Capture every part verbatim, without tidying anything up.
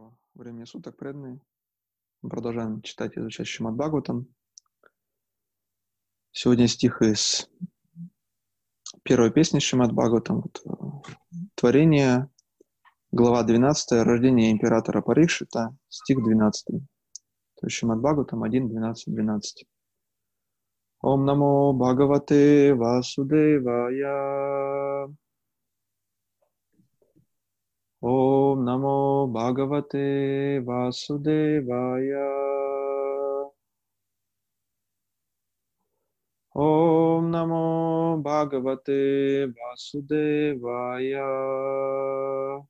Доброго времени суток, преданные. Мы продолжаем читать и изучать Шримад Бхагаватам. Сегодня стих из первой песни Шримад Бхагаватам. Вот, творение, глава двенадцатая, рождение императора Парикшита, стих двенадцатый. То есть Шримад Бхагаватам один, двенадцать, двенадцать. Ом намо Бхагавате Васудевая. Ом намо Бхагавате Васудевая. Ом намо Бхагавате Васудевая.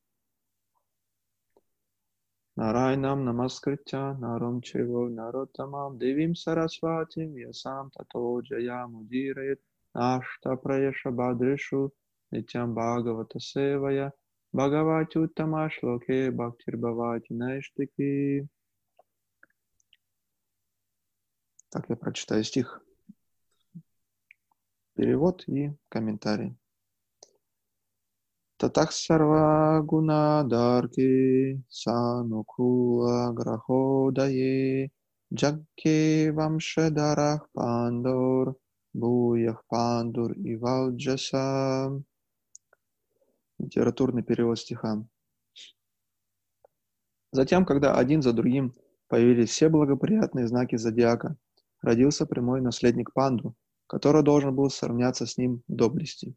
Нарайнам намаскритя нарам чево наротамам девим сарасватим ясам тато джаям удирает нашта праеша бадришу нитям Бхагавата севая Бхагавати уттама шлоке бхактир бхавати наиштики. Так, я прочитаю стих. Перевод и комментарий. Татах сарва гуна дарки санукула граходае джакке вамшадарах пандур буях пандур и валджаса. Литературный перевод стиха. Затем, когда один за другим появились все благоприятные знаки зодиака, родился прямой наследник Панду, который должен был сравняться с ним в доблести.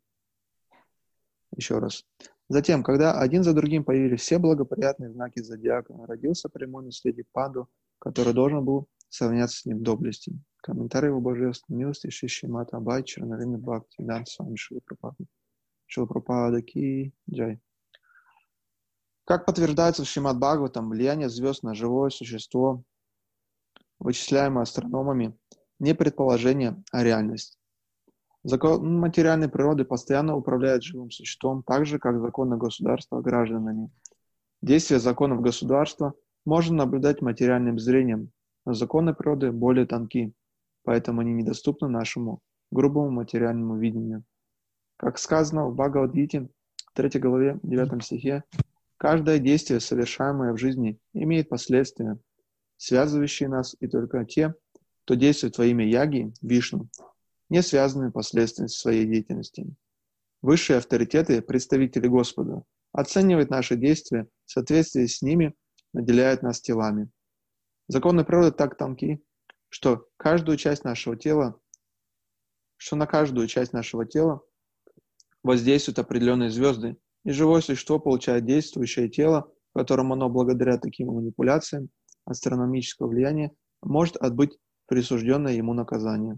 Еще раз. Затем, когда один за другим появились все благоприятные знаки зодиака, родился прямой наследник Панду, который должен был сравняться с ним в доблести. Комментарий его божественной милости Шри Шримад Абхай Чаранарина Бхакти Дан Свами Шила Прабхупада. Шила Прабхупада Ки Джай. Как подтверждается в Шримад Бхагаватам, влияние звезд на живое существо, вычисляемое астрономами, не предположение, а реальность. Закон материальной природы постоянно управляет живым существом, так же, как законы государства гражданами. Действие законов государства можно наблюдать материальным зрением, но законы природы более тонки, поэтому они недоступны нашему грубому материальному видению. Как сказано в Бхагавад-гите, третьей главе, девятом стихе, каждое действие, совершаемое в жизни, имеет последствия, связывающие нас, и только те, кто действует во имя Яги, Вишну, не связаны последствиями своей деятельности. Высшие авторитеты, представители Господа, оценивают наши действия, в соответствии с ними наделяют нас телами. Законы природы так тонки, что каждую часть нашего тела, что на каждую часть нашего тела воздействуют определенные звезды, и живое существо получает действующее тело, в котором оно благодаря таким манипуляциям астрономического влияния может отбыть присужденное ему наказание.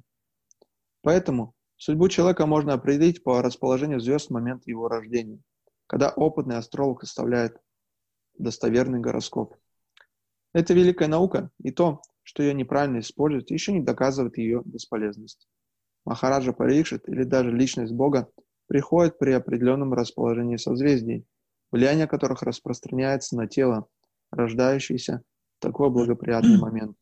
Поэтому судьбу человека можно определить по расположению звезд в момент его рождения, когда опытный астролог составляет достоверный гороскоп. Это великая наука, и то, что ее неправильно используют, еще не доказывает ее бесполезность. Махараджа Парикшит или даже личность Бога приходит при определенном расположении созвездий, влияние которых распространяется на тело, рождающееся в такой благоприятный момент.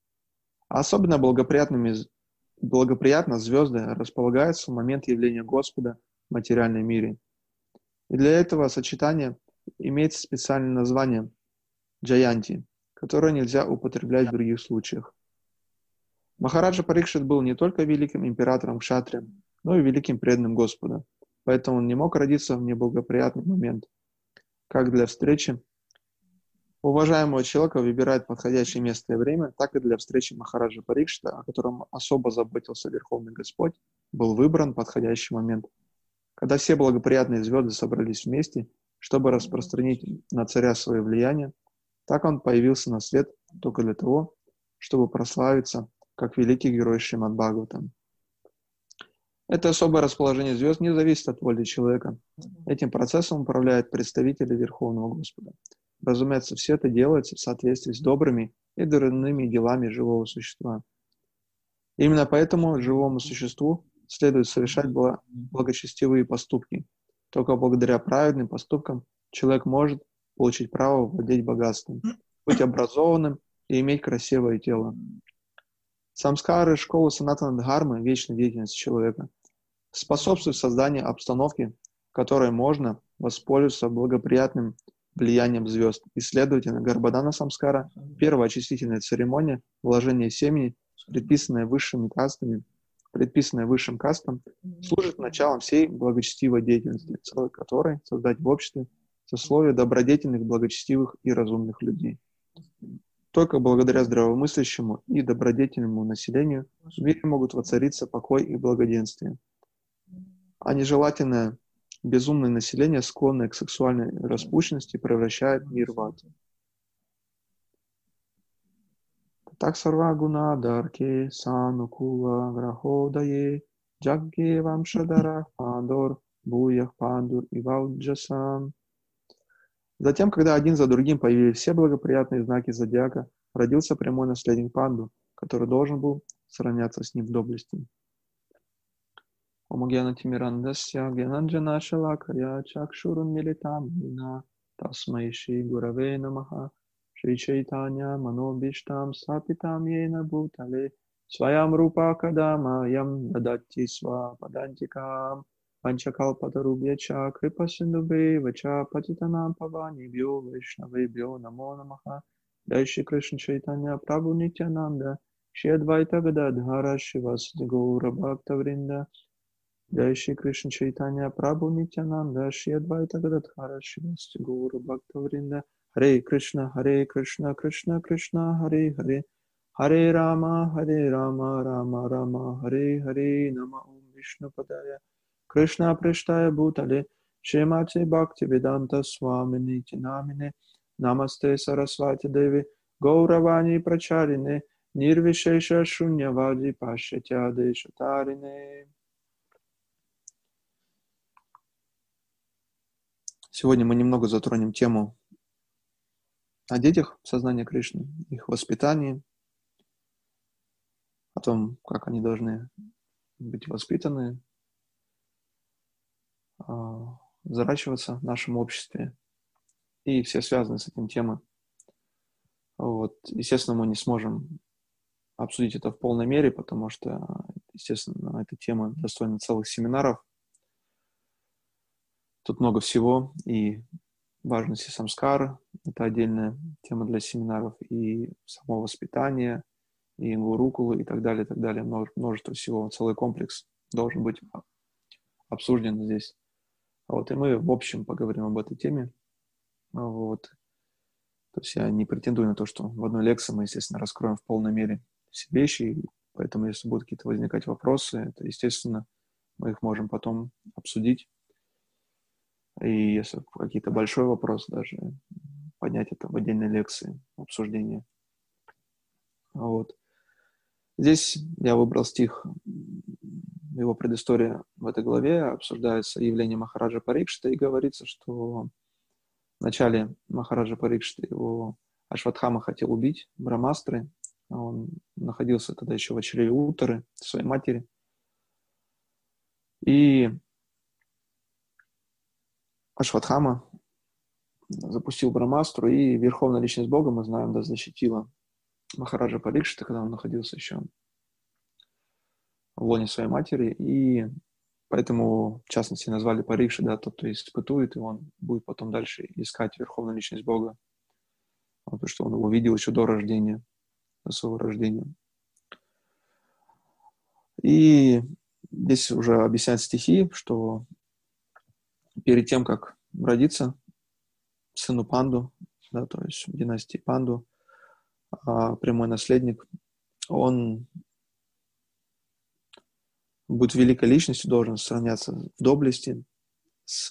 А особенно благоприятными Благоприятно звезды располагаются в момент явления Господа в материальном мире. И для этого сочетания имеется специальное название Джаянти, которое нельзя употреблять в других случаях. Махараджа Парикшит был не только великим императором кшатри, но и великим преданным Господа, поэтому он не мог родиться в неблагоприятный момент. Как для встречи уважаемого человека выбирает подходящее место и время, так и для встречи Махараджа Парикшита, о котором особо заботился Верховный Господь, был выбран подходящий момент, когда все благоприятные звезды собрались вместе, чтобы распространить на царя свое влияние. Так он появился на свет только для того, чтобы прославиться как великий герой Шримад Бхагаватам. Это особое расположение звезд не зависит от воли человека. Этим процессом управляют представители Верховного Господа. Разумеется, все это делается в соответствии с добрыми и дурными делами живого существа. Именно поэтому живому существу следует совершать благочестивые поступки. Только благодаря праведным поступкам человек может получить право владеть богатством, быть образованным и иметь красивое тело. Самскары школы Санатана-дхармы, вечной деятельности человека, способствуют созданию обстановки, в которой можно воспользоваться благоприятным влиянием звезд. И, следовательно, Гарбадана Самскара, первая очистительная церемония, вложение семени, предписанная высшими кастами, предписанная высшим кастам, служит началом всей благочестивой деятельности, целой которой создать в обществе сословие добродетельных, благочестивых и разумных людей. Только благодаря здравомыслящему и добродетельному населению в мире могут воцариться покой и благоденствие. А нежелательное, безумное население, склонное к сексуальной распущенности, превращает мир в ад. Так сарва гуна дарке санукула граходае джагге вамшадарах пандор буях пандур и валджасан. Затем, когда один за другим появились все благоприятные знаки зодиака, родился прямой наследник Панду, который должен был сравняться с ним в доблести. Омагьяна Тимирандасья Гьянанджана Шалакая Чакшурун Милитамина Тасмайши Гураве Намаха Шри Чайтанья Манобиштам Сапитам Йена Бутале Сваям Рупа Кадама Ям Дадати Сва Падантикам Панчакалпатарубьяча Крипасиндубе Вача Патитанам Павани Бьо Вайшнавебьо Намо Намаха Дайши Кришна Чайтанья Прабhu Нитянанда Шиадвайта Гададхара Шивасти Гаура Бхактавринда Дайши Кришна Чайтанья Прабhu Нитянанда Шиадвайта Гададхара Шивасти Гаура Бхактавринда Харе Кришна Харе Кришна Кришна Кришна Харе Харе Харе Рама Харе Рама Рама Рама Харе Харе Нама Ом Вишну Падая Кришна Прештая Бутале Шримати Бхакти Веданта Свамини Тинамине Намасте Сарасвати Деви Гауравани Прачарине Нирвишеша Шуньявади Пашятя Дешатарине. Сегодня мы немного затронем тему о детях сознания Кришны, их воспитании, о том, как они должны быть воспитаны, взращиваться в нашем обществе и все связанные с этим темы. Вот. Естественно, мы не сможем обсудить это в полной мере, потому что, естественно, эта тема достойна целых семинаров. Тут много всего, и важности самскара — это отдельная тема для семинаров, и само воспитание, и гурукулы, и так далее, и так далее. Множество всего, целый комплекс должен быть обсужден здесь. Вот, и мы в общем поговорим об этой теме. Вот. То есть я не претендую на то, что в одной лекции мы, естественно, раскроем в полной мере все вещи, поэтому если будут какие-то возникать вопросы, то, естественно, мы их можем потом обсудить. И если какие-то большой вопрос, даже поднять это в отдельной лекции, обсуждение. Вот. Здесь я выбрал стих, его предыстория в этой главе, обсуждается явление Махараджа Парикшита, и говорится, что в начале Махараджа Парикшита его Ашватхама хотел убить, Брамастры. Он находился тогда еще в чреве Уттары, своей матери. И Ашватхама запустил Брамастру, и Верховная Личность Бога, мы знаем, да, защитила Махараджа Парикшита, когда он находился еще в лоне своей матери, и поэтому, в частности, назвали Парикши, да, тот, кто испытует, и он будет потом дальше искать Верховную Личность Бога, потому что он его видел еще до рождения, до своего рождения. И здесь уже объясняют стихи, что перед тем, как родиться сыну Панду, да, то есть в династии Панду, прямой наследник, он будет великой личностью, должен сравняться в доблести с,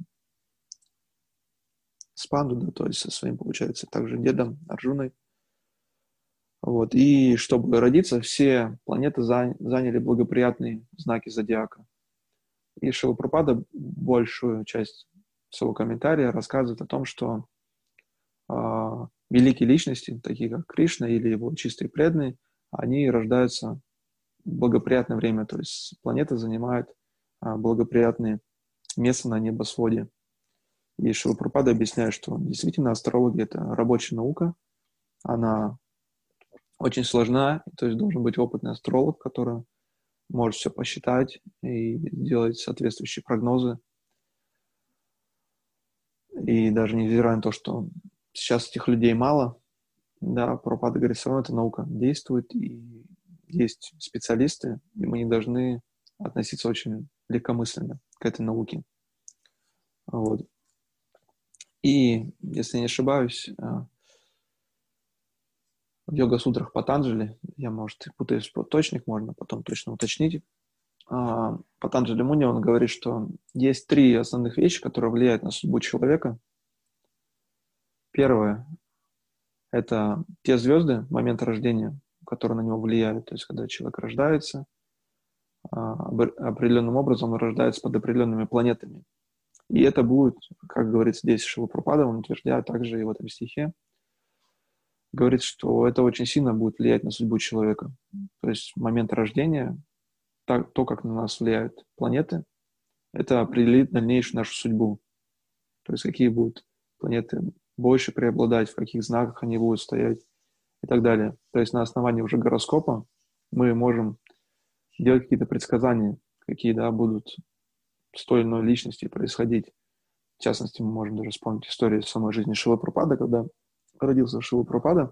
с Панду, да, то есть со своим, получается, также дедом Арджуной. Вот. И чтобы родиться, все планеты заняли благоприятные знаки зодиака. И Шрила Прабхупада большую часть своего комментария рассказывает о том, что э, великие личности, такие как Кришна или его чистые преданные, они рождаются в благоприятное время, то есть планета занимает э, благоприятное место на небосводе. И Шрила Прабхупада объясняет, что действительно астрология — это рабочая наука, она очень сложна, то есть должен быть опытный астролог, который может все посчитать и делать соответствующие прогнозы. И даже невзирая на то, что сейчас этих людей мало, да, Прабхупада говорит, все равно эта наука действует, и есть специалисты, и мы не должны относиться очень легкомысленно к этой науке. Вот. И, если не ошибаюсь, в йога-сутрах Патанджали, я, может, путаюсь в точник, можно потом точно уточнить, Патанджали Муни, он говорит, что есть три основных вещи, которые влияют на судьбу человека. Первое – это те звезды в момент рождения, которые на него влияют. То есть, когда человек рождается, определенным образом он рождается под определенными планетами. И это будет, как говорится здесь Шрила Прабхупада, он утверждает также и в этом стихе, говорит, что это очень сильно будет влиять на судьбу человека. То есть, в момент рождения, так, то, как на нас влияют планеты, это определит дальнейшую нашу судьбу. То есть, какие будут планеты больше преобладать, в каких знаках они будут стоять и так далее. То есть, на основании уже гороскопа мы можем делать какие-то предсказания, какие, да, будут с той или иной личности происходить. В частности, мы можем даже вспомнить историю самой жизни Шрилы Прабхупады, когда родился Шрила Прабхупада.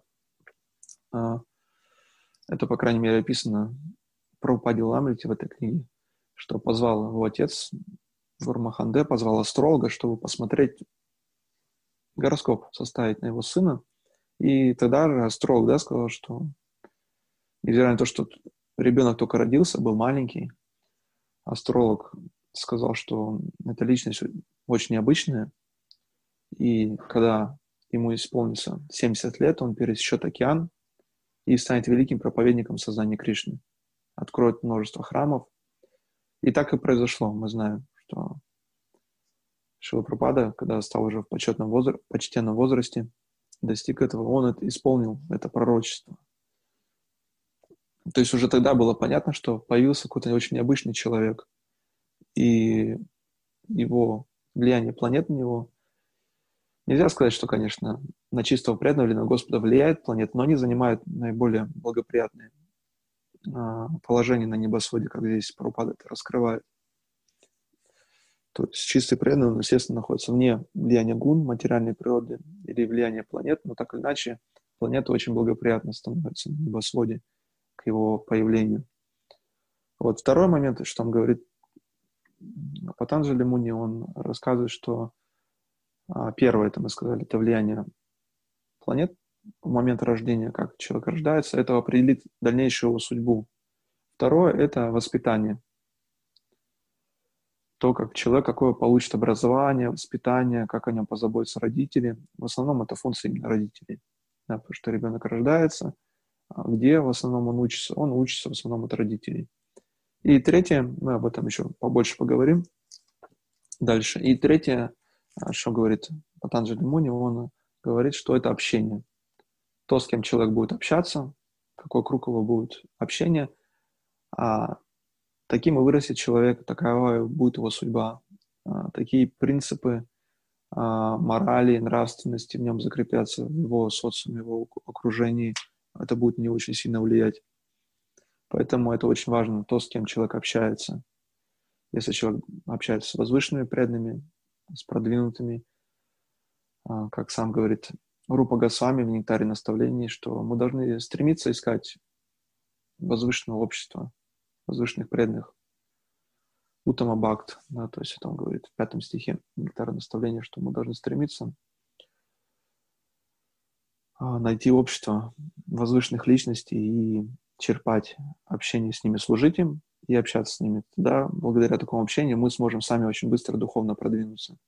Это, по крайней мере, описано в Прабхупаде Ламрите в этой книге, что позвал его отец Вармаханде, позвал астролога, чтобы посмотреть гороскоп, составить на его сына. И тогда же астролог, да, сказал, что, невзирая на то, что ребенок только родился, был маленький, астролог сказал, что эта личность очень необычная, и когда ему исполнится семьдесят лет, он пересечет океан и станет великим проповедником сознания Кришны, откроет множество храмов. И так и произошло. Мы знаем, что Шрила Прабхупада, когда стал уже в почетном возра- почтенном возрасте, достиг этого, он это, исполнил это пророчество. То есть уже тогда было понятно, что появился какой-то очень необычный человек, и его влияние планет на него. Нельзя сказать, что, конечно, на чистого преданного или на Господа влияет планета, но они занимают наиболее благоприятные а, положения на небосводе, как здесь Прабхупада это раскрывает. То есть чистый преданный, он, естественно, находится вне влияния гун, материальной природы или влияния планет, но так или иначе планета очень благоприятно становится на небосводе к его появлению. Вот второй момент, что он говорит, Патанджали Муни, он рассказывает, что а, первое, это мы сказали, это влияние планет в момент рождения, как человек рождается, это определит дальнейшую его судьбу. Второе – это воспитание. То, как человек, какое получит образование, воспитание, как о нем позаботятся родители. В основном это функция именно родителей. Да, потому что ребенок рождается, а где в основном он учится? Он учится в основном от родителей. И третье, мы об этом еще побольше поговорим дальше. И третье, что говорит Патанджали Муни, он говорит, что это общение. То, с кем человек будет общаться, какой круг его будет общения, а таким и вырастет человек, такова будет его судьба. А, такие принципы а, морали, нравственности в нем закрепятся, в его социуме, в его окружении. Это будет не очень сильно влиять. Поэтому это очень важно, то, с кем человек общается. Если человек общается с возвышенными преданными, с продвинутыми, а, как сам говорит Рупа Госвами в «Нектаре наставлений», что мы должны стремиться искать возвышенного общества, возвышенных преданных. Утама Бхакт, да, то есть это он говорит в пятом стихе «Нектара наставления», что мы должны стремиться а, найти общество возвышенных личностей и черпать общение с ними, служить им и общаться с ними. Тогда, благодаря такому общению, мы сможем сами очень быстро духовно продвинуться.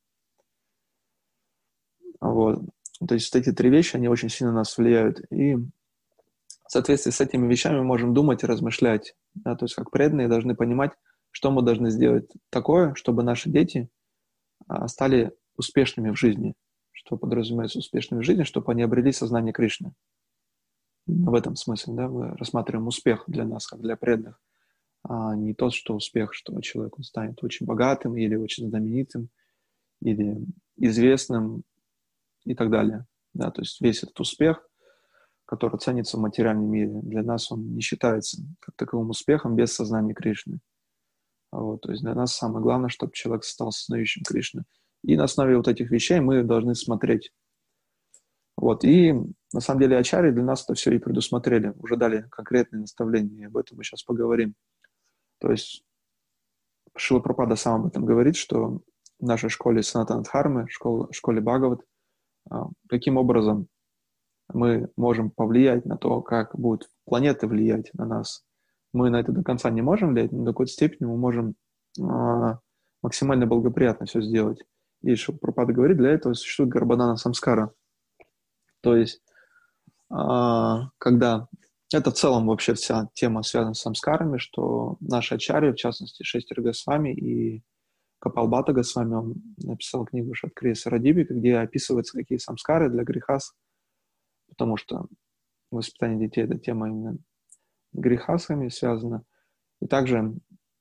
Вот. То есть вот эти три вещи, они очень сильно на нас влияют. И в соответствии с этими вещами мы можем думать и размышлять. Да? То есть как преданные должны понимать, что мы должны сделать такое, чтобы наши дети а, стали успешными в жизни. Что подразумевается успешными в жизни, чтобы они обрели сознание Кришны. В этом смысле, да, мы рассматриваем успех для нас, как для преданных, а не тот, что успех, что человек он станет очень богатым или очень знаменитым, или известным и так далее. Да, то есть весь этот успех, который ценится в материальном мире, для нас он не считается как таковым успехом без сознания Кришны. Вот, то есть для нас самое главное, чтобы человек стал сознающим Кришны. И на основе вот этих вещей мы должны смотреть. Вот. И на самом деле ачарьи для нас это все и предусмотрели, уже дали конкретные наставления, и об этом мы сейчас поговорим. То есть Шрила Прабхупада сам об этом говорит, что в нашей школе Санатана Дхармы, школе, школе Бхагават, каким образом мы можем повлиять на то, как будут планеты влиять на нас. Мы на это до конца не можем влиять, но до какой-то степени мы можем а, максимально благоприятно все сделать. И Шрила Прабхупада говорит, для этого существует Гарбадана Самскара. То есть, а, когда... Это в целом вообще вся тема связана с самскарами, что наши ачарьи, в частности, Шестир Госвами и Капалбхата Госвами, он написал книгу Шаткрия Сарадипика, где описываются какие самскары для грехас, потому что воспитание детей — это тема именно грехасами связана. И также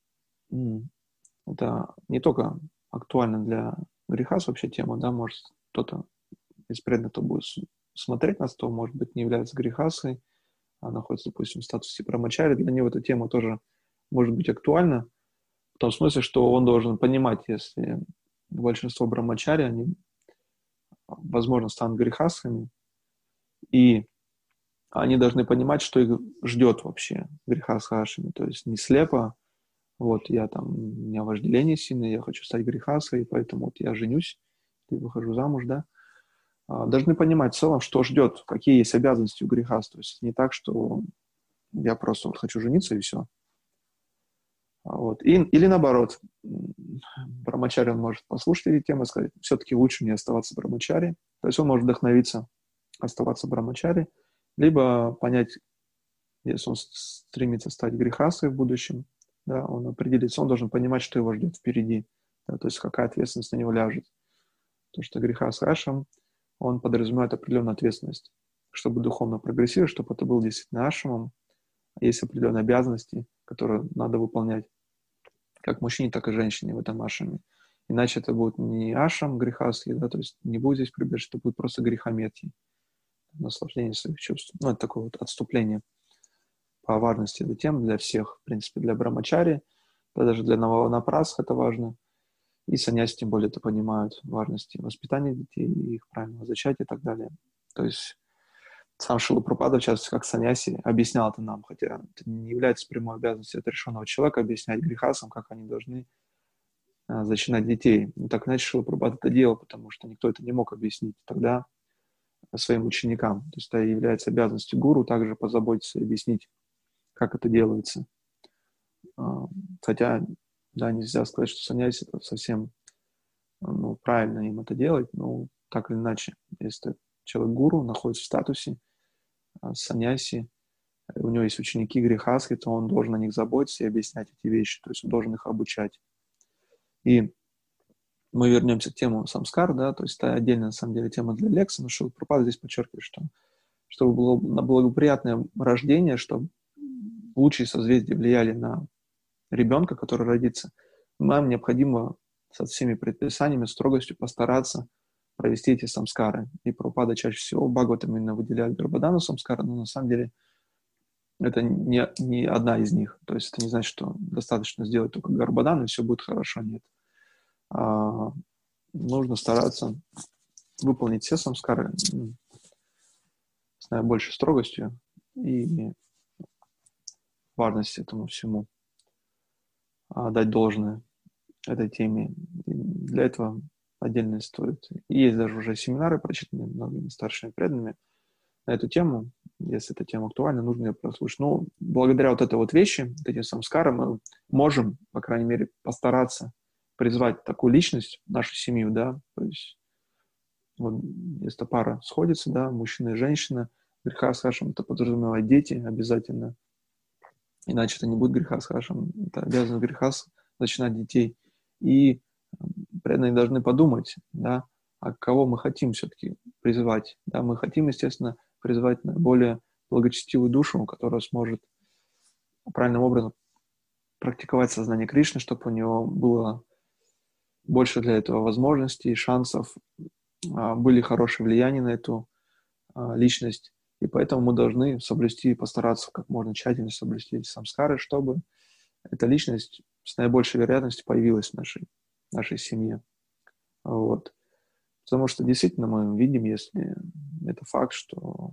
это не только актуально для грехас вообще тема, да, может кто-то из преданных, кто будет смотреть нас, то, может быть, не является грехасой, а находится, допустим, в статусе брамачари, для него эта тема тоже может быть актуальна, в том смысле, что он должен понимать, если большинство брамачари, они, возможно, станут грехасами, и они должны понимать, что их ждет вообще грехасхашами, то есть не слепо, вот я там, у меня вожделение сильное, я хочу стать грехасой, поэтому вот я женюсь, и выхожу замуж, да, должны понимать в целом, что ждет, какие есть обязанности у грехас. То есть не так, что я просто вот хочу жениться и все. Вот. И, или наоборот, брамачари, он может послушать эти темы и сказать, все-таки лучше мне оставаться брамачари. То есть он может вдохновиться оставаться брамачари, либо понять, если он стремится стать грехасой в будущем, да, он определится, он должен понимать, что его ждет впереди, да, то есть какая ответственность на него ляжет. Потому что грехас ашам, он подразумевает определенную ответственность. Чтобы духовно прогрессировать, чтобы это был действительно ашамом, есть определенные обязанности, которые надо выполнять как мужчине, так и женщине в этом ашаме. Иначе это будет не ашам грехасский, да, то есть не будет здесь прибежать, это будет просто грехометий, наслаждение своих чувств. Ну, это такое вот отступление по важности этой темы для всех, в принципе, для брамачари, да, даже для наванапрасх это важно. И саньяси, тем более, это понимают важности воспитания детей, их правильного зачатия и так далее. То есть сам Шрила Прабхупада, в частности, как саньяси, объяснял это нам, хотя это не является прямой обязанностью отрешенного человека объяснять грехасам, как они должны а, зачинать детей. Но так иначе Шрила Прабхупада это делал, потому что никто это не мог объяснить тогда своим ученикам. То есть это является обязанностью гуру также позаботиться и объяснить, как это делается. Хотя, да, нельзя сказать, что саньяси это совсем ну, правильно им это делать, но так или иначе, если человек гуру находится в статусе саньяси, у него есть ученики грехаски, то он должен о них заботиться и объяснять эти вещи, то есть он должен их обучать. И мы вернемся к теме самскар, да, то есть это отдельная, на самом деле, тема для лекции, но Шрила Прабхупада здесь подчеркивает, что чтобы было благоприятное рождение, чтобы лучшие созвездия влияли на ребенка, который родится, нам необходимо со всеми предписаниями, строгостью постараться провести эти самскары. И Прабхупада чаще всего Бхагаватам именно выделяет Гарбадану самскара, но на самом деле это не, не одна из них. То есть это не значит, что достаточно сделать только Гарбадан, и все будет хорошо. Нет. А, нужно стараться выполнить все самскары с наибольшей строгостью и важность этому всему, а, дать должное этой теме. И для этого отдельно стоит. И есть даже уже семинары, прочитанные многими старшими преданными на эту тему. Если эта тема актуальна, нужно ее прослушать. Но благодаря вот этой вот вещи, вот этим самскарам, мы можем, по крайней мере, постараться призвать такую личность в нашу семью, да, то есть вот, если пара сходится, да, мужчина и женщина, греха с хашем, это подразумевает дети обязательно, иначе это не будет греха с хашем, это обязанность греха начинать детей. И преданные должны подумать, да, а кого мы хотим все-таки призывать. Да, мы хотим, естественно, призывать более благочестивую душу, которая сможет правильным образом практиковать сознание Кришны, чтобы у него было больше для этого возможностей, шансов, были хорошие влияния на эту личность. И поэтому мы должны соблюсти, постараться как можно тщательнее соблюсти эти самскары, чтобы эта личность с наибольшей вероятностью появилась в нашей, нашей семье. Вот. Потому что действительно мы видим, если это факт, что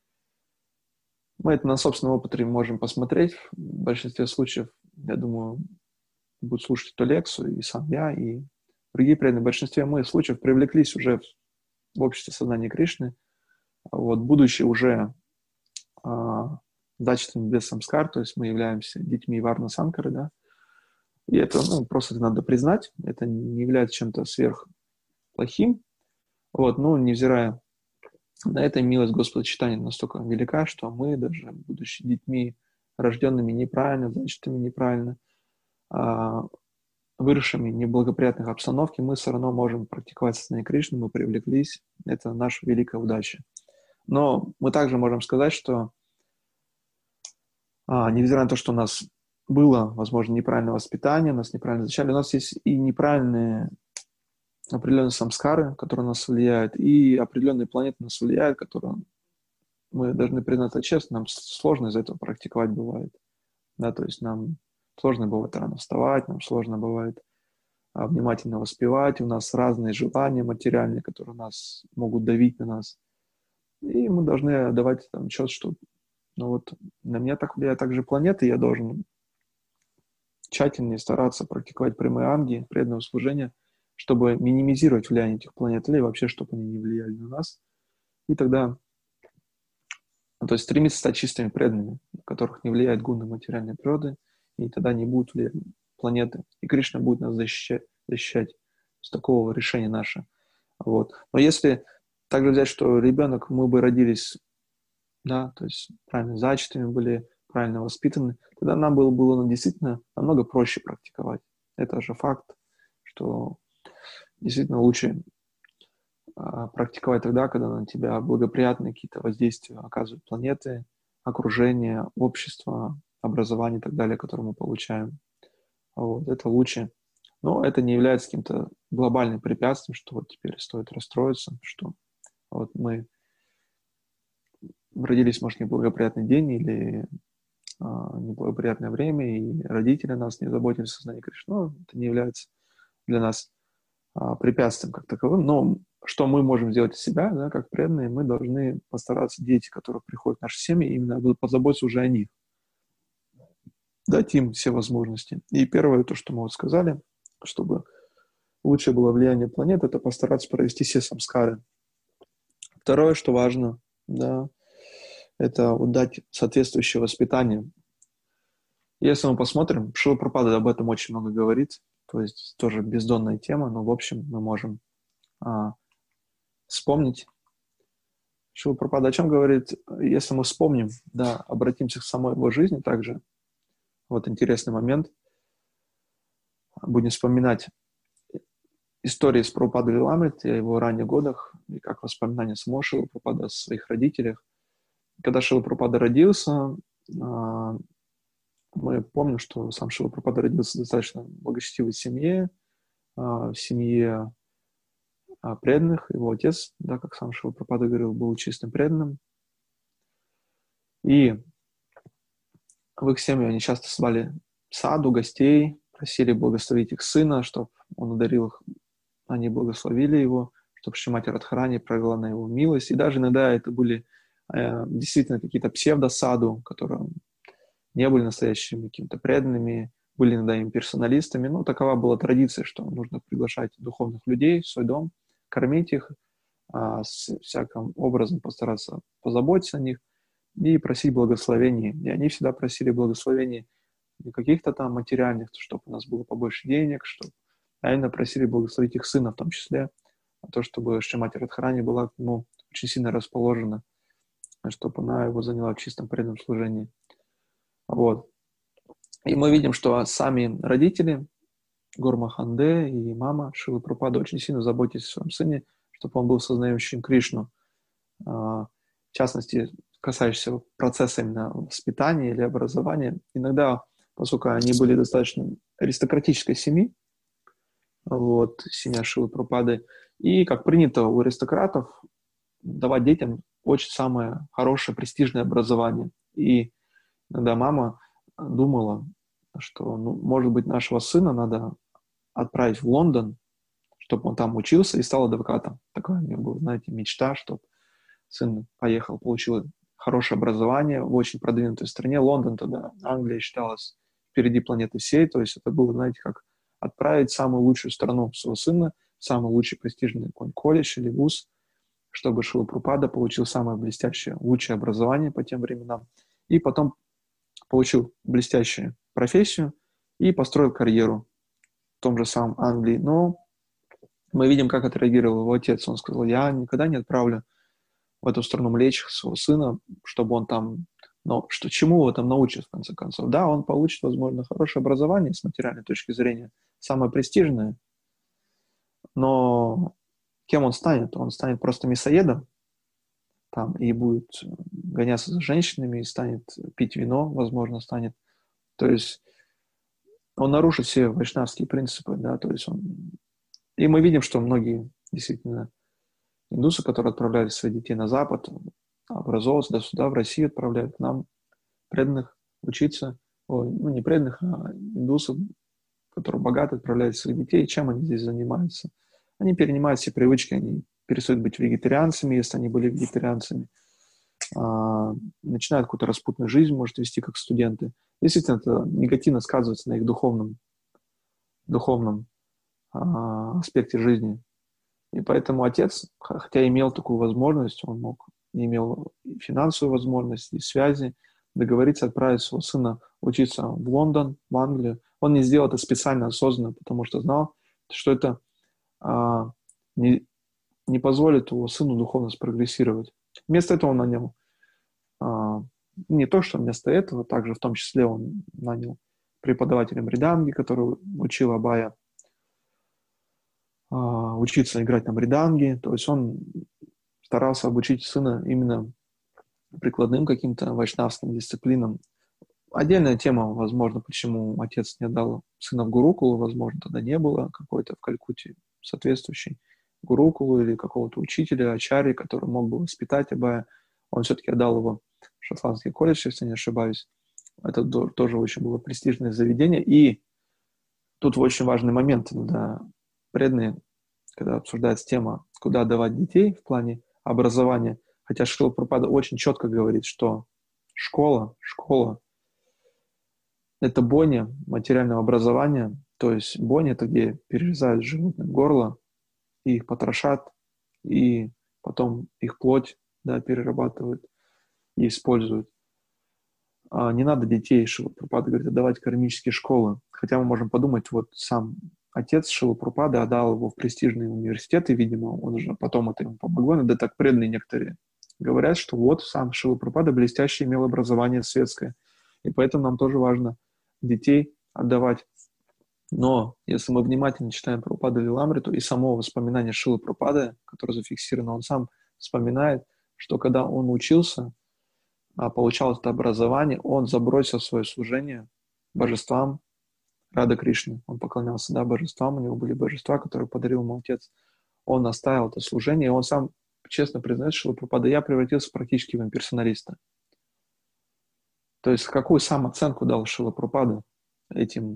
мы это на собственном опыте можем посмотреть. В большинстве случаев, я думаю, будут слушать эту лекцию, и сам я, и другие преданные. В большинстве мы случаев привлеклись уже в обществе сознания Кришны, вот, будучи уже а, дачатами без самскар, то есть мы являемся детьми Варна Санкары, да, и это, ну, просто это надо признать, это не является чем-то сверхплохим, вот, ну, невзирая на это, милость Господа Чайтаньи настолько велика, что мы, даже будучи детьми, рожденными неправильно, зачатыми неправильно, а, выросшими в неблагоприятных обстановке, мы все равно можем практиковать сознание Кришны, мы привлеклись, это наша великая удача. Но мы также можем сказать, что а, невзирая на то, что у нас было, возможно, неправильное воспитание, нас неправильно зачали, у нас есть и неправильные определенные самскары, которые на нас влияют, и определенные планеты на нас влияют, которые мы должны признаться честно, нам сложно из-за этого практиковать бывает. Да, то есть нам сложно бывает рано вставать, нам сложно бывает а, внимательно воспевать, у нас разные желания материальные, которые нас могут давить на нас. И мы должны давать там отчет, что ну вот на меня так влияют также планеты, я должен тщательнее стараться практиковать прямые анги, преданное служение, чтобы минимизировать влияние этих планет, или вообще, чтобы они не влияли на нас. И тогда, то есть стремиться стать чистыми преданными, на которых не влияет гуны материальной природы, и тогда не будут влиять планеты. И Кришна будет нас защищать, защищать с такого решения наше. Вот. Но если также взять, что ребенок, мы бы родились, да, то есть правильно зачатыми были, правильно воспитаны, тогда нам было, было действительно намного проще практиковать. Это же факт, что действительно лучше а, практиковать тогда, когда на тебя благоприятные какие-то воздействия оказывают планеты, окружение, общество, образование и так далее, которое мы получаем. Вот, это лучше. Но это не является каким-то глобальным препятствием, что вот теперь стоит расстроиться, что вот мы родились, может, в неблагоприятный день или а, неблагоприятное время, и родители нас не заботились о сознании Кришны. Но это не является для нас а, препятствием как таковым. Но что мы можем сделать из себя, да, как преданные, мы должны постараться, дети, которые приходят в наши семьи, именно позаботиться уже о них, дать им все возможности. И первое, то, что мы вот сказали, чтобы лучшее было влияние планеты, это постараться провести все самскары. Второе, что важно, да, это вот дать соответствующее воспитание. Если мы посмотрим, Шрила Прабхупада об этом очень много говорит, то есть тоже бездонная тема, но в общем мы можем а, вспомнить. Шрила Прабхупада о чем говорит? Если мы вспомним, да, обратимся к самой его жизни также, вот интересный момент, будем вспоминать истории с Прабхупадой Лиламрит о его ранних годах, и как воспоминания самого Шрилы Прабхупады о своих родителях. Когда Шрила Прабхупада родился, мы помним, что сам Шрила Прабхупада родился в достаточно благочестивой семье, в семье преданных. Его отец, да, как сам Шрила Прабхупада говорил, был чистым преданным. И в их семью они часто звали саду, гостей, просили благословить их сына, чтобы он одарил их, они благословили его, чтобы Шримати Радхарани провела на его милость. И даже иногда это были э, действительно какие-то псевдосаду, которые не были настоящими какими-то преданными, были иногда имперсоналистами. Но такова была традиция, что нужно приглашать духовных людей в свой дом, кормить их, а, с всяким образом постараться позаботиться о них и просить благословений. И они всегда просили благословений не каких-то там материальных, чтобы у нас было побольше денег, чтобы, а именно просили благословить их сына в том числе, а то, чтобы Шримати Радхарани была к нему очень сильно расположена, чтобы она его заняла в чистом преданном служении. Вот. И мы видим, что сами родители, Гормаханде и мама Шрилы Прабхупады очень сильно заботились о своем сыне, чтобы он был сознающим Кришну. В частности, касающийся процесса именно воспитания или образования. Иногда, поскольку они были достаточно аристократической семьи, вот, семья Шрилы Прабхупады, и, как принято у аристократов, давать детям очень самое хорошее, престижное образование. И иногда мама думала, что, ну, может быть, нашего сына надо отправить в Лондон, чтобы он там учился и стал адвокатом. Такая у него была, знаете, мечта, чтобы сын поехал, получил хорошее образование в очень продвинутой стране. Лондон тогда, Англия считалась впереди планеты всей, то есть это было, знаете, как отправить в самую лучшую страну своего сына, в самый лучший престижный какой-нибудь колледж или вуз, чтобы Шрила Прабхупада получил самое блестящее, лучшее образование по тем временам, и потом получил блестящую профессию и построил карьеру в том же самом Англии. Но мы видим, как отреагировал его отец. Он сказал: я никогда не отправлю в эту страну млечь своего сына, чтобы он там, ну, что, чему его там научат, в конце концов. Да, он получит, возможно, хорошее образование с материальной точки зрения, самое престижное, но кем он станет? Он станет просто мясоедом там и будет гоняться за женщинами, и станет пить вино, возможно, станет. То есть он нарушит все вайшнавские принципы, да, то есть он... И мы видим, что многие действительно индусы, которые отправляли своих детей на Запад, образовываться, да, сюда, в Россию отправляют, к нам преданных учиться, ой, ну, не преданных, а индусов, которые богаты, отправляют своих детей. И чем они здесь занимаются? Они перенимают все привычки, они перестают быть вегетарианцами, если они были вегетарианцами, а, начинают какую-то распутную жизнь, может вести как студенты. Действительно, это негативно сказывается на их духовном, духовном а, аспекте жизни. И поэтому отец, хотя имел такую возможность, он мог, имел и финансовую возможность, и связи, договориться отправить своего сына учиться в Лондон, в Англию. Он не сделал это специально, осознанно, потому что знал, что это а, не, не позволит его сыну духовно спрогрессировать. Вместо этого он нанял, а, не то, что вместо этого, также в том числе он нанял преподавателя мриданги, который учил Абая учиться играть на мриданге, то есть он старался обучить сына именно прикладным каким-то вайшнавским дисциплинам. Отдельная тема, возможно, почему отец не отдал сына в гурукулу, возможно, тогда не было какой-то в Калькутте соответствующей гурукулу или какого-то учителя, ачарьи, который мог бы воспитать Абая. Он все-таки отдал его в шотландский колледж, если не ошибаюсь. Это тоже очень было престижное заведение. И тут очень важный момент, да, преданные, когда обсуждается тема, куда отдавать детей в плане образования, хотя Шрила Прабхупада очень четко говорит, что школа, школа – это бойня материального образования, то есть бойня – это где перерезают животным горло, и их потрошат, и потом их плоть, да, перерабатывают и используют. А не надо детей, Шрила Прабхупада говорит, отдавать в кармические школы. Хотя мы можем подумать, вот сам отец Шрила Прабхупады отдал его в престижные университеты, видимо, он уже потом это ему помогло, но да так преданные некоторые говорят, что вот сам Шрила Прабхупада блестяще имел образование светское, и поэтому нам тоже важно детей отдавать. Но если мы внимательно читаем Прабхупаду Лиламриту и само воспоминание Шрилы Прабхупады, которое зафиксировано, он сам вспоминает, что когда он учился, получал это образование, он забросил свое служение божествам, Рада Кришны. Он поклонялся, да, божествам, у него были божества, которые подарил ему отец. Он оставил это служение, и он сам честно признается, что Прабхупада, я превратился практически в имперсоналиста. То есть какую самооценку дал Шрила Прабхупада этим,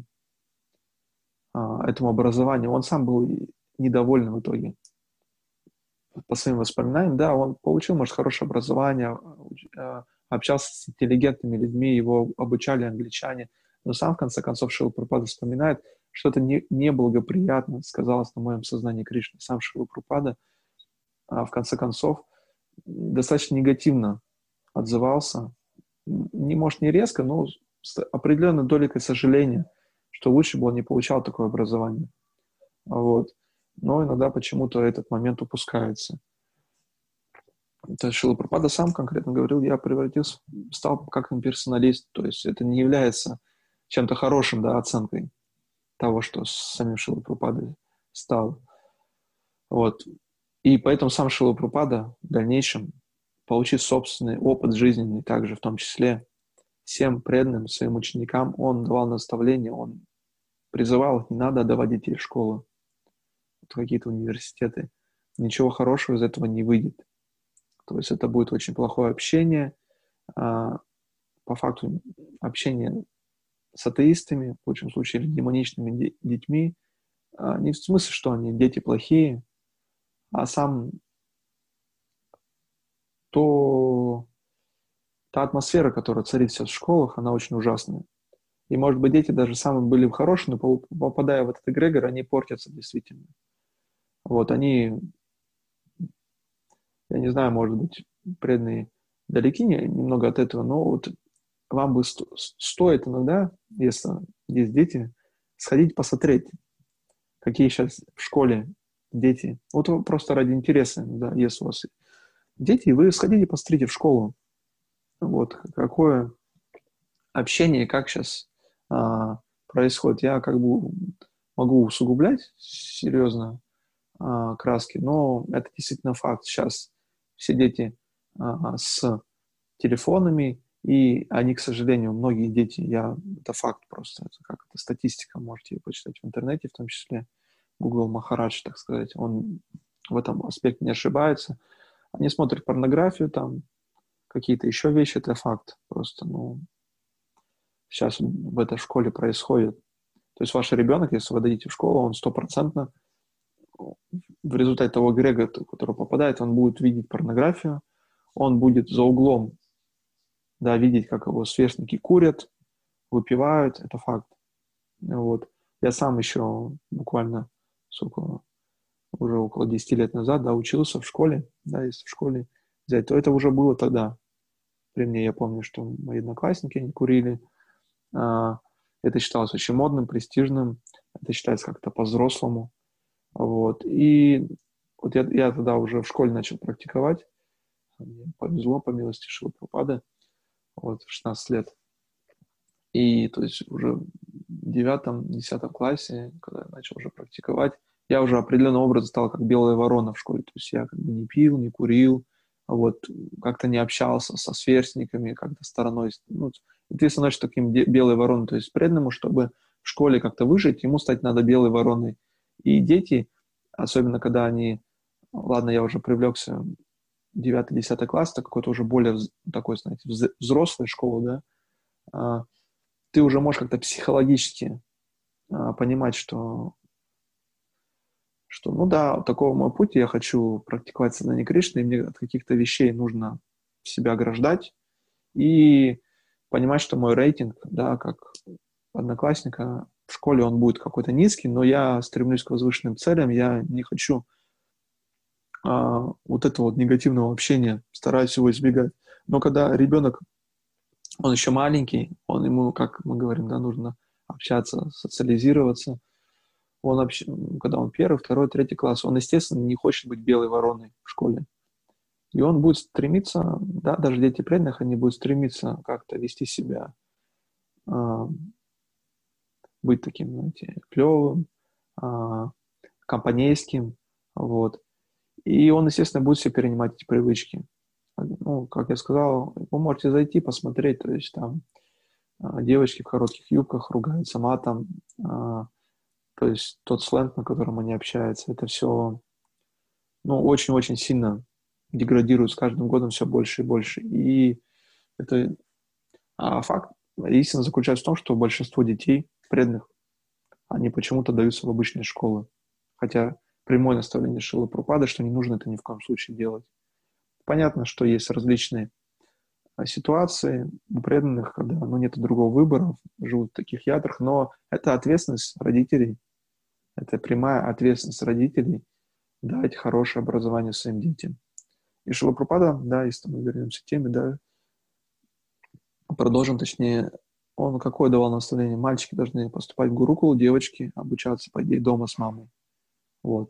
этому образованию? Он сам был недоволен в итоге. По своим воспоминаниям, да, он получил, может, хорошее образование, общался с интеллигентными людьми, его обучали англичане, но сам, в конце концов, Шрила Прабхупада вспоминает, что это не, неблагоприятно сказалось на моем сознании Кришны. Сам Шрила Прабхупада, в конце концов, достаточно негативно отзывался, не, может, не резко, но с определенной долей сожаления, что лучше бы он не получал такое образование. Вот. Но иногда почему-то этот момент упускается. То есть Шрила Прабхупада сам конкретно говорил, я превратился, стал как имперсоналист, то есть это не является чем-то хорошим, да, оценкой того, что с самим Шрилой Прабхупадой стал. Вот. И поэтому сам Шрила Прабхупада в дальнейшем, получив собственный опыт жизненный, также в том числе всем преданным своим ученикам, он давал наставления, он призывал их, не надо отдавать детей в школу, в какие-то университеты. Ничего хорошего из этого не выйдет. То есть это будет очень плохое общение, по факту общение с атеистами, в лучшем случае, или демоничными детьми, а, не в смысле, что они дети плохие, а сам то, та атмосфера, которая царит сейчас в школах, она очень ужасная. И, может быть, дети даже самые были бы хорошие, но попадая в этот эгрегор, они портятся действительно. Вот, они, я не знаю, может быть, преданные далеки немного от этого, но вот вам бы сто, стоит иногда, если есть дети, сходить посмотреть, какие сейчас в школе дети. Вот просто ради интереса, да, если у вас дети, вы сходите, посмотрите в школу, вот, какое общение, как сейчас а, происходит. Я как бы могу усугублять серьезно а, краски, но это действительно факт. Сейчас все дети а, с телефонами, и они, к сожалению, многие дети, я, это факт просто, это как это статистика, можете ее почитать в интернете, в том числе Google Махарадж, так сказать, он в этом аспекте не ошибается. Они смотрят порнографию, там, какие-то еще вещи, это факт просто, ну, сейчас в этой школе происходит. То есть ваш ребенок, если вы дадите в школу, он стопроцентно в результате того эгрегора, который попадает, он будет видеть порнографию, он будет за углом, да, видеть, как его сверстники курят, выпивают, это факт. Вот. Я сам еще буквально сколько, уже около десяти лет назад, да, учился в школе, да, если в школе взять, то это уже было тогда. При мне я помню, что мои одноклассники, они курили. А, это считалось очень модным, престижным. Это считается как-то по-взрослому. Вот. И вот я, я тогда уже в школе начал практиковать. Мне повезло, по милости Шрилы Прабхупады, вот, в шестнадцать лет. И то есть уже в девятом, десятом классе, когда я начал уже практиковать, я уже определенным образом стал как белая ворона в школе. То есть я как бы не пил, не курил, вот, как-то не общался со сверстниками, как-то стороной. Ну, и ты становишься таким белой вороной. То есть преданному, чтобы в школе как-то выжить, ему стать надо белой вороной. И дети, особенно когда они, ладно, я уже привлекся девятый-десятый класс, это какой-то уже более такой, знаете, взрослая школа, да, ты уже можешь как-то психологически понимать, что что, ну да, такого мой путь, я хочу практиковать сознание Кришны, и мне от каких-то вещей нужно себя ограждать и понимать, что мой рейтинг, да, как одноклассника в школе, он будет какой-то низкий, но я стремлюсь к возвышенным целям, я не хочу а, вот этого вот негативного общения, стараюсь его избегать. Но когда ребенок, он еще маленький, он ему, как мы говорим, да, нужно общаться, социализироваться, он общ... когда он первый, второй, третий класс, он, естественно, не хочет быть белой вороной в школе. И он будет стремиться, да, даже дети преданных, они будут стремиться как-то вести себя, э, быть таким, знаете, клевым, э, компанейским, вот. И он, естественно, будет себе перенимать эти привычки. Ну, как я сказал, вы можете зайти, посмотреть, то есть там э, девочки в коротких юбках ругаются матом, э, то есть тот сленг, на котором они общаются, это все, ну, очень-очень сильно деградирует с каждым годом все больше и больше. И это а факт, истина заключается в том, что большинство детей преданных, они почему-то даются в обычные школы. Хотя прямое наставление Шрилы Прабхупады, что не нужно это ни в коем случае делать. Понятно, что есть различные ситуации у преданных, когда, ну, нет другого выбора, живут в таких ядрах, но это ответственность родителей, это прямая ответственность родителей дать хорошее образование своим детям. И Шрила Прабхупада, да, если мы вернемся к теме, да, продолжим, точнее, он какое давал наставление? Мальчики должны поступать в гурукул, девочки обучаться, по идее, дома с мамой. Вот.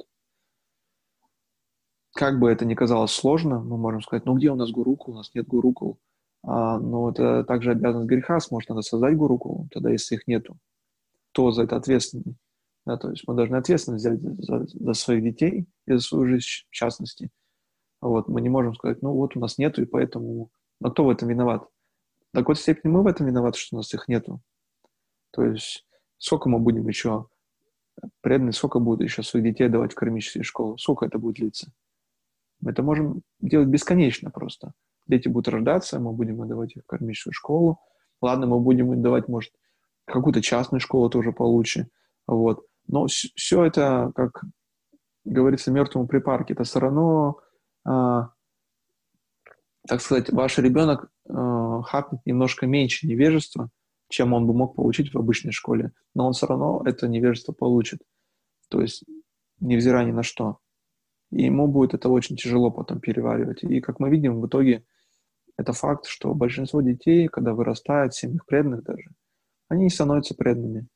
Как бы это ни казалось сложно, мы можем сказать, ну где у нас гурукул, у нас нет гурукул. А, но это также обязанность греха, может, надо создать гурукул, тогда если их нету, кто за это ответственный? Да, то есть мы должны ответственность взять за, за своих детей и за свою жизнь в частности. Вот, мы не можем сказать, ну вот у нас нету, и поэтому... Но кто в этом виноват? В какой-то степени мы в этом виноваты, что у нас их нету. То есть сколько мы будем еще преданные, сколько будут еще своих детей давать в кармические школы? Сколько это будет длиться? Мы это можем делать бесконечно просто. Дети будут рождаться, мы будем отдавать их в кармическую школу. Ладно, мы будем им давать, может, какую-то частную школу тоже получше. Вот. Но все это, как говорится, мертвому припарке. Это все равно, а, так сказать, ваш ребенок а, хапнет немножко меньше невежества, чем он бы мог получить в обычной школе. Но он все равно это невежество получит. То есть, невзирая ни на что. И ему будет это очень тяжело потом переваривать. И, как мы видим, в итоге это факт, что большинство детей, когда вырастают, в семьях преданных даже, они не становятся преданными.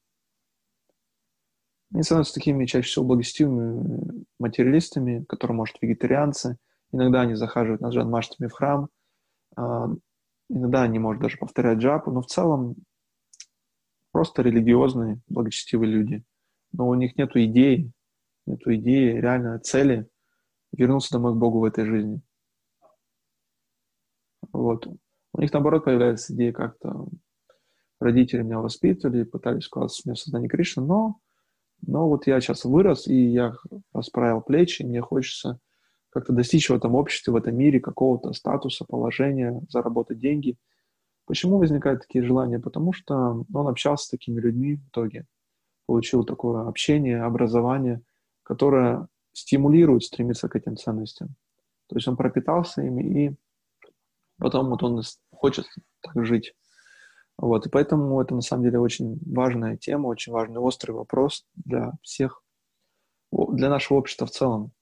Они становятся такими чаще всего благочестивыми материалистами, которые, может, вегетарианцы. Иногда они захаживают на джанмаштами в храм. Иногда они, может, даже повторять джапу. Но в целом просто религиозные, благочестивые люди. Но у них нету идеи, нету идеи, реально цели вернуться домой к Богу в этой жизни. Вот. У них, наоборот, появляется идея как-то родители меня воспитывали, пытались вкладывать меня в сознание Кришны, но, но вот я сейчас вырос, и я расправил плечи, и мне хочется как-то достичь в этом обществе, в этом мире какого-то статуса, положения, заработать деньги. Почему возникают такие желания? Потому что он общался с такими людьми в итоге, получил такое общение, образование, которое стимулирует стремиться к этим ценностям. То есть он пропитался ими, и потом вот он хочет так жить. Вот, и поэтому это на самом деле очень важная тема, очень важный острый вопрос для всех, для нашего общества в целом.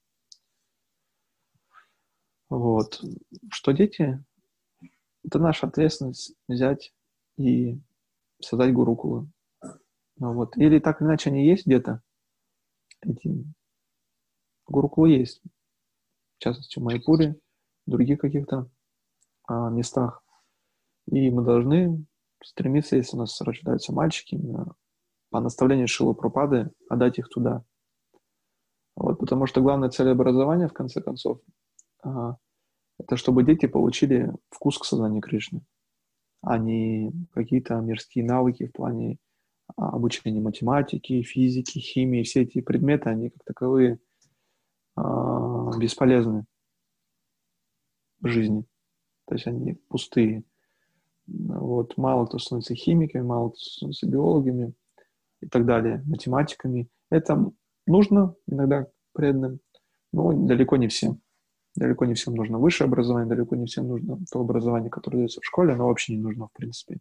Вот. Что дети — это наша ответственность взять и создать гурукулы. Вот. Или так или иначе они есть где-то. Эти гурукулы есть. В частности, в Майпуре, в других каких-то а, местах. И мы должны стремиться, если у нас рождаются мальчики, именно по наставлению Шрилы Прабхупады, отдать их туда. Вот, потому что главная цель образования, в конце концов, а, это чтобы дети получили вкус к сознанию Кришны, а не какие-то мирские навыки в плане а, обучения математики, физики, химии. Все эти предметы, они как таковые а, бесполезны в жизни. То есть они пустые. Вот, мало кто становится химиками, мало кто становится биологами и так далее, математиками. Это нужно иногда преданным, но далеко не всем. Далеко не всем нужно высшее образование, далеко не всем нужно то образование, которое дается в школе, оно вообще не нужно, в принципе.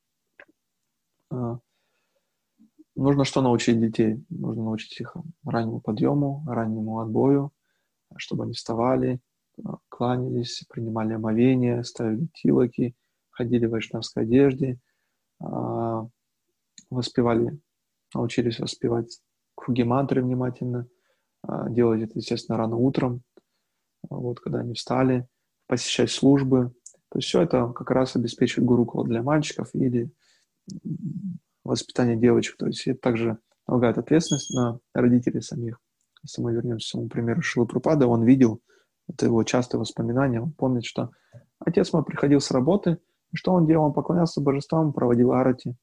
Нужно что научить детей? Нужно научить их раннему подъему, раннему отбою, чтобы они вставали, кланялись, принимали омовения, ставили тилоки, ходили в вайшнавской одежде, воспевали, научились воспевать круги-мантры внимательно, делать это, естественно, рано утром, вот, когда они встали, посещать службы. То есть все это как раз обеспечивает гурукула для мальчиков или воспитание девочек. То есть это также налагает ответственность на родителей самих. Если мы вернемся к своему примеру Шрилы Прабхупады, он видел, это его частое воспоминание, он помнит, что отец мой приходил с работы, и что он делал? Он поклонялся божествам, проводил арати.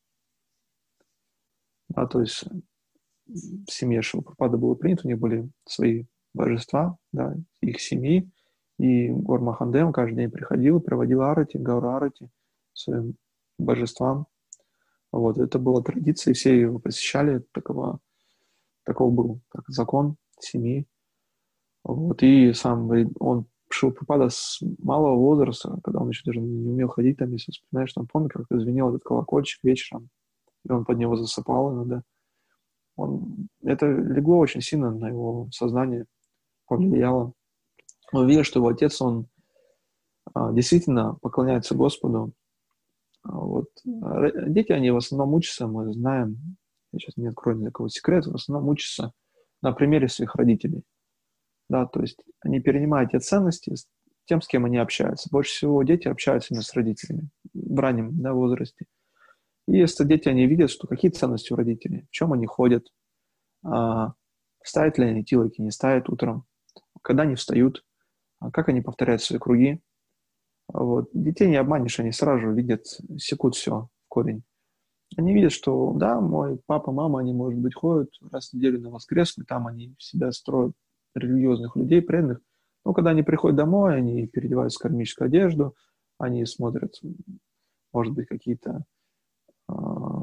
Да, то есть в семье Шрилы Прабхупады было принято, у них были свои божества, да, их семьи, и Гор Махандев каждый день приходил и проводил арати, гаура арати своим божествам. Вот, это была традиция, все его посещали, такого, такого был как закон семьи. Вот, и сам он Шрила Прабхупада с малого возраста, когда он еще даже не умел ходить, там, если вспоминаешь, там, помню, как звенел этот колокольчик вечером, и он под него засыпал иногда. Он, это легло очень сильно на его сознание, повлияло. Он видел, что его отец, он а, действительно поклоняется Господу. А, вот. Дети, они в основном учатся, мы знаем, я сейчас не открою для кого секрет, в основном учатся на примере своих родителей. Да, то есть они перенимают те ценности с тем, с кем они общаются. Больше всего дети общаются именно с родителями в раннем, да, возрасте. И если дети, они видят, что какие ценности у родителей, в чем они ходят, а, ставят ли они тилоки, не ставят утром, когда они встают, а как они повторяют свои круги. Вот. Детей не обманешь, они сразу видят, секут все в корень. Они видят, что да, мой папа, мама, они, может быть, ходят раз в неделю на воскресную, там они себя строят религиозных людей, преданных. Но когда они приходят домой, они переодеваются в кармическую одежду, они смотрят, может быть, какие-то э,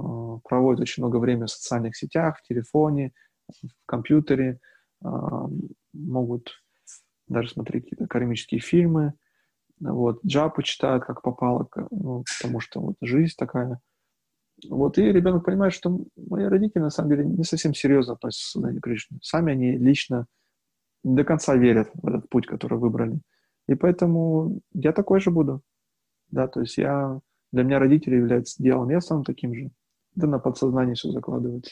проводят очень много времени в социальных сетях, в телефоне, в компьютере, а, могут даже смотреть какие-то кармические фильмы, вот, джапу читают, как попало, ну, потому что вот жизнь такая. Вот, и ребенок понимает, что мои родители, на самом деле, не совсем серьезно относятся к созданию Кришны. Сами они лично до конца верят в этот путь, который выбрали. И поэтому я такой же буду. Да, то есть я, для меня родители являются делом, я сам таким же. Это на подсознании все закладывается.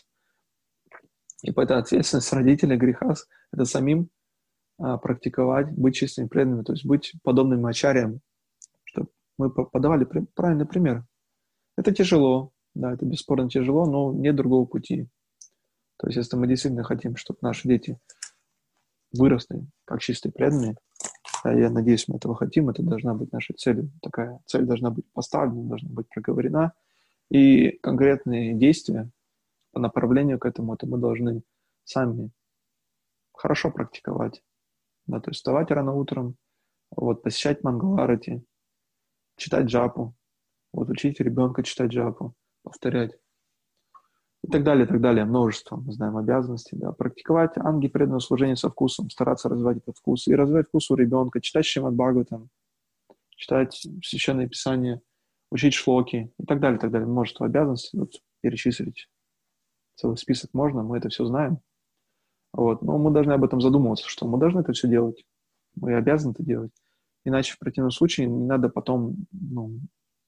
И поэтому ответственность родителей греха – это самим а, практиковать, быть чистыми преданными, то есть быть подобными ачарьям, чтобы мы подавали при, правильный пример. Это тяжело, да, это бесспорно тяжело, но нет другого пути. То есть если мы действительно хотим, чтобы наши дети выросли как чистые преданные, да, я надеюсь, мы этого хотим, это должна быть нашей целью. Такая цель должна быть поставлена, должна быть проговорена. И конкретные действия по направлению к этому, это мы должны сами хорошо практиковать. Да, то есть вставать рано утром, вот, посещать мангаларати, читать джапу, вот, учить ребенка читать джапу, повторять. И так далее, и так далее. Множество, мы знаем, обязанностей. Да. Практиковать анги преданного служения со вкусом, стараться развивать этот вкус. И развивать вкус у ребенка, читать Шримад Бхагаватам, читать Священное Писание, учить шлоки и так далее, и так далее. Множество обязанностей. Вот, перечислить целый список можно, мы это все знаем. Вот. Но мы должны об этом задумываться, что мы должны это все делать. Мы обязаны это делать. Иначе в противном случае не надо потом, ну,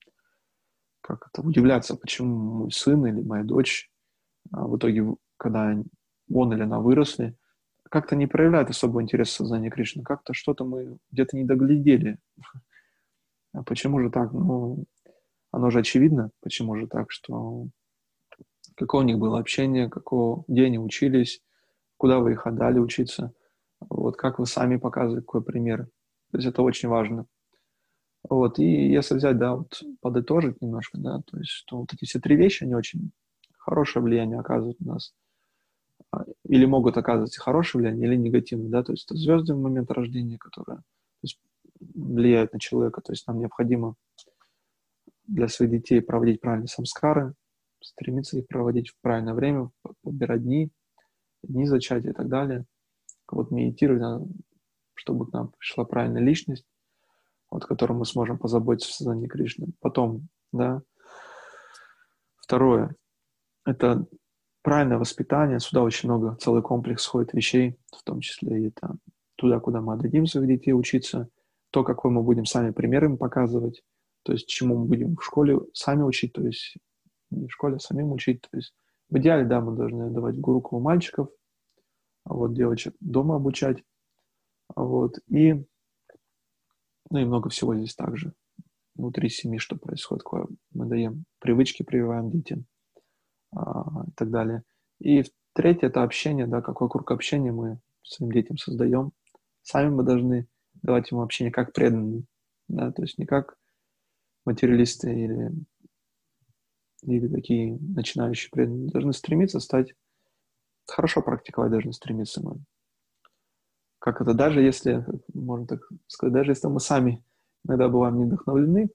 как это, удивляться, почему мой сын или моя дочь а в итоге, когда он или она выросли, как-то не проявляют особого интереса в сознании Кришны. Как-то что-то мы где-то не доглядели. А почему же так? Ну, оно же очевидно, почему же так, что какое у них было общение, какого, где они учились, куда вы их отдали учиться, вот, как вы сами показывали, какой пример. То есть это очень важно. Вот, и если взять, да, вот подытожить немножко, да, то есть, что вот эти все три вещи, они очень хорошее влияние оказывают на нас. Или могут оказывать хорошее влияние, или негативное, да, то есть это звезды в момент рождения, которые, то есть, влияют на человека, то есть нам необходимо для своих детей проводить правильные самскары, стремиться их проводить в правильное время, подбирать дни, дни зачатия и так далее, вот медитировать, чтобы к нам пришла правильная личность, вот, о которой мы сможем позаботиться в сознании Кришны. Потом, да, второе, это правильное воспитание. Сюда очень много, целый комплекс входит вещей, в том числе и это туда, куда мы отдадим своих детей учиться, то, какой мы будем сами пример им показывать, то есть чему мы будем в школе сами учить, то есть не в школе, а самим учить. То есть в идеале, да, мы должны давать гурукулу мальчиков, а вот девочек дома обучать, а вот, и, ну и много всего здесь также внутри семьи, что происходит, какое мы даем, привычки прививаем детям, а, и так далее. И третье – это общение, да, какой круг общения мы своим детям создаем. Сами мы должны давать ему общение как преданные, да, то есть не как материалисты или, или такие начинающие преданные. Должны стремиться стать, хорошо практиковать должны стремиться мы. Как это, даже если, можно так сказать, даже если мы сами иногда бываем не вдохновлены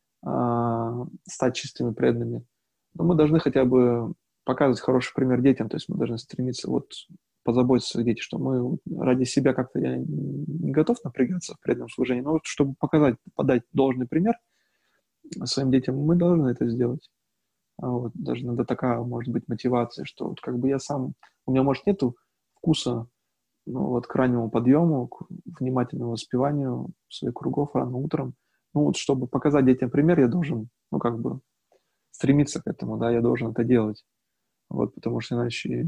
а, стать чистыми преданными, но мы должны хотя бы показывать хороший пример детям, то есть мы должны стремиться вот позаботиться о своих детях, что мы ради себя как-то, я не готов напрягаться в преданном служении, но вот чтобы показать, подать должный пример своим детям, мы должны это сделать. А вот, даже иногда такая может быть мотивация, что вот как бы я сам, у меня, может, нету вкуса, ну, вот к раннему подъему, к внимательному воспеванию своих кругов рано утром. Ну, вот чтобы показать детям пример, я должен, ну, как бы стремиться к этому, да, я должен это делать. Вот, потому что иначе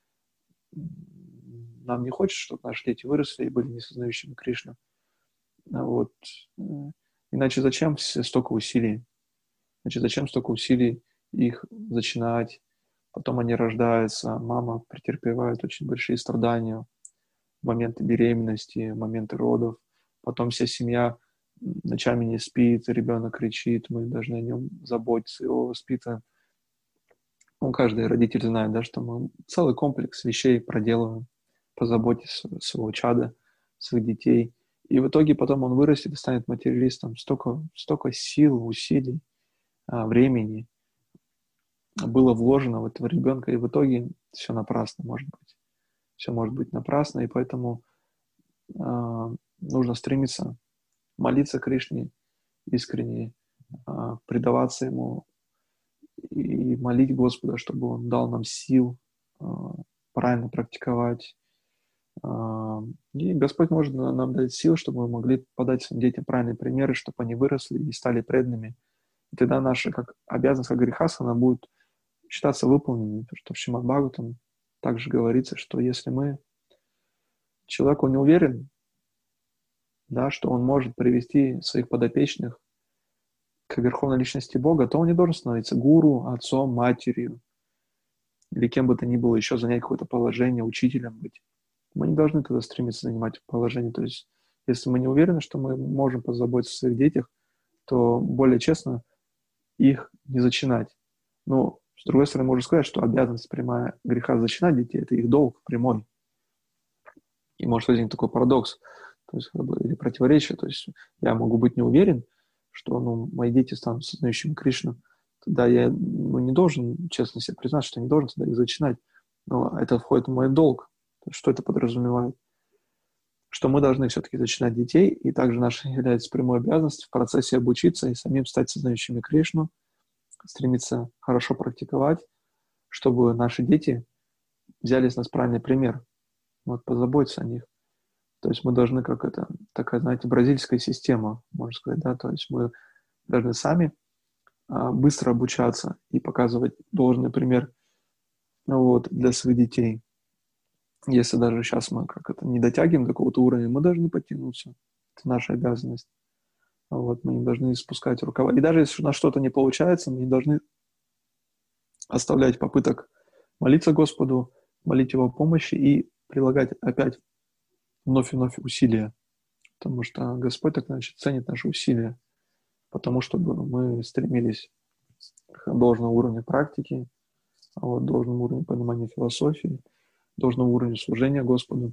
нам не хочется, чтобы наши дети выросли и были несознающими Кришну. Вот. Иначе зачем столько усилий? Значит, зачем столько усилий их начинать? Потом они рождаются, мама претерпевает очень большие страдания в моменты беременности, в моменты родов. Потом вся семья ночами не спит, ребенок кричит, мы должны о нем заботиться, его воспитываем. Ну, каждый родитель знает, да, что мы целый комплекс вещей проделываем по заботе своего чада, своих детей. И в итоге потом он вырастет и станет материалистом. Столько, столько сил, усилий, времени было вложено в этого ребенка, и в итоге все напрасно, может быть. Все может быть напрасно, и поэтому э, нужно стремиться молиться Кришне искренне, э, предаваться Ему и молить Господа, чтобы Он дал нам сил э, правильно практиковать. Э, и Господь может нам дать сил, чтобы мы могли подать своим детям правильные примеры, чтобы они выросли и стали преданными. И тогда наша как обязанность, как грехаса, она будет считаться выполненной. Потому что в Шримад Бхагаватам также говорится, что если мы человеку не уверен, да, что он может привести своих подопечных к верховной личности Бога, то он не должен становиться гуру, отцом, матерью или кем бы то ни было, еще занять какое-то положение, учителем быть. Мы не должны тогда стремиться занимать положение. То есть, если мы не уверены, что мы можем позаботиться о своих детях, то более честно их не зачинать. Но, с другой стороны, можно сказать, что обязанность прямая греха зачинать детей – это их долг прямой. И может возникнуть такой парадокс, то есть, как бы, или противоречие. То есть я могу быть не уверен, что ну, мои дети станут сознающими Кришну, тогда я ну, не должен, честно себе признать, что не должен тогда их зачинать. Но это входит в мой долг. Что это подразумевает? Что мы должны все-таки зачинать детей, и также наша является прямой обязанностью в процессе обучиться и самим стать сознающими Кришну, стремиться хорошо практиковать, чтобы наши дети взяли с нас правильный пример. Вот позаботиться о них. То есть мы должны, как это, такая, знаете, бразильская система, можно сказать, да, то есть мы должны сами а, быстро обучаться и показывать должный пример вот, для своих детей. Если даже сейчас мы как это не дотягиваем до какого-то уровня, мы должны подтянуться. Это наша обязанность. Вот, мы не должны спускать рукава. И даже если у нас что-то не получается, мы не должны оставлять попыток молиться Господу, молить Его о помощи и прилагать опять вновь и вновь усилия. Потому что Господь так значит ценит наши усилия. Потому что мы стремились к должному уровню практики, вот, должному уровню понимания философии, должному уровню служения Господу.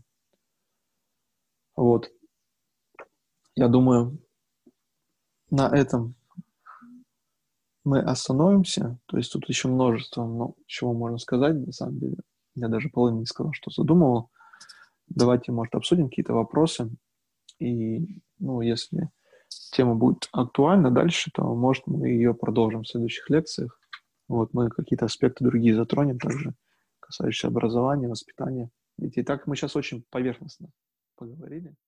Вот. Я думаю, на этом мы остановимся. То есть тут еще множество, ну, чего можно сказать, на самом деле. Я даже половину не сказал, что задумывал. Давайте, может, обсудим какие-то вопросы. И, ну, если тема будет актуальна дальше, то, может, мы ее продолжим в следующих лекциях. Вот, мы какие-то аспекты другие затронем также, касающиеся образования, воспитания детей. Так мы сейчас очень поверхностно поговорили.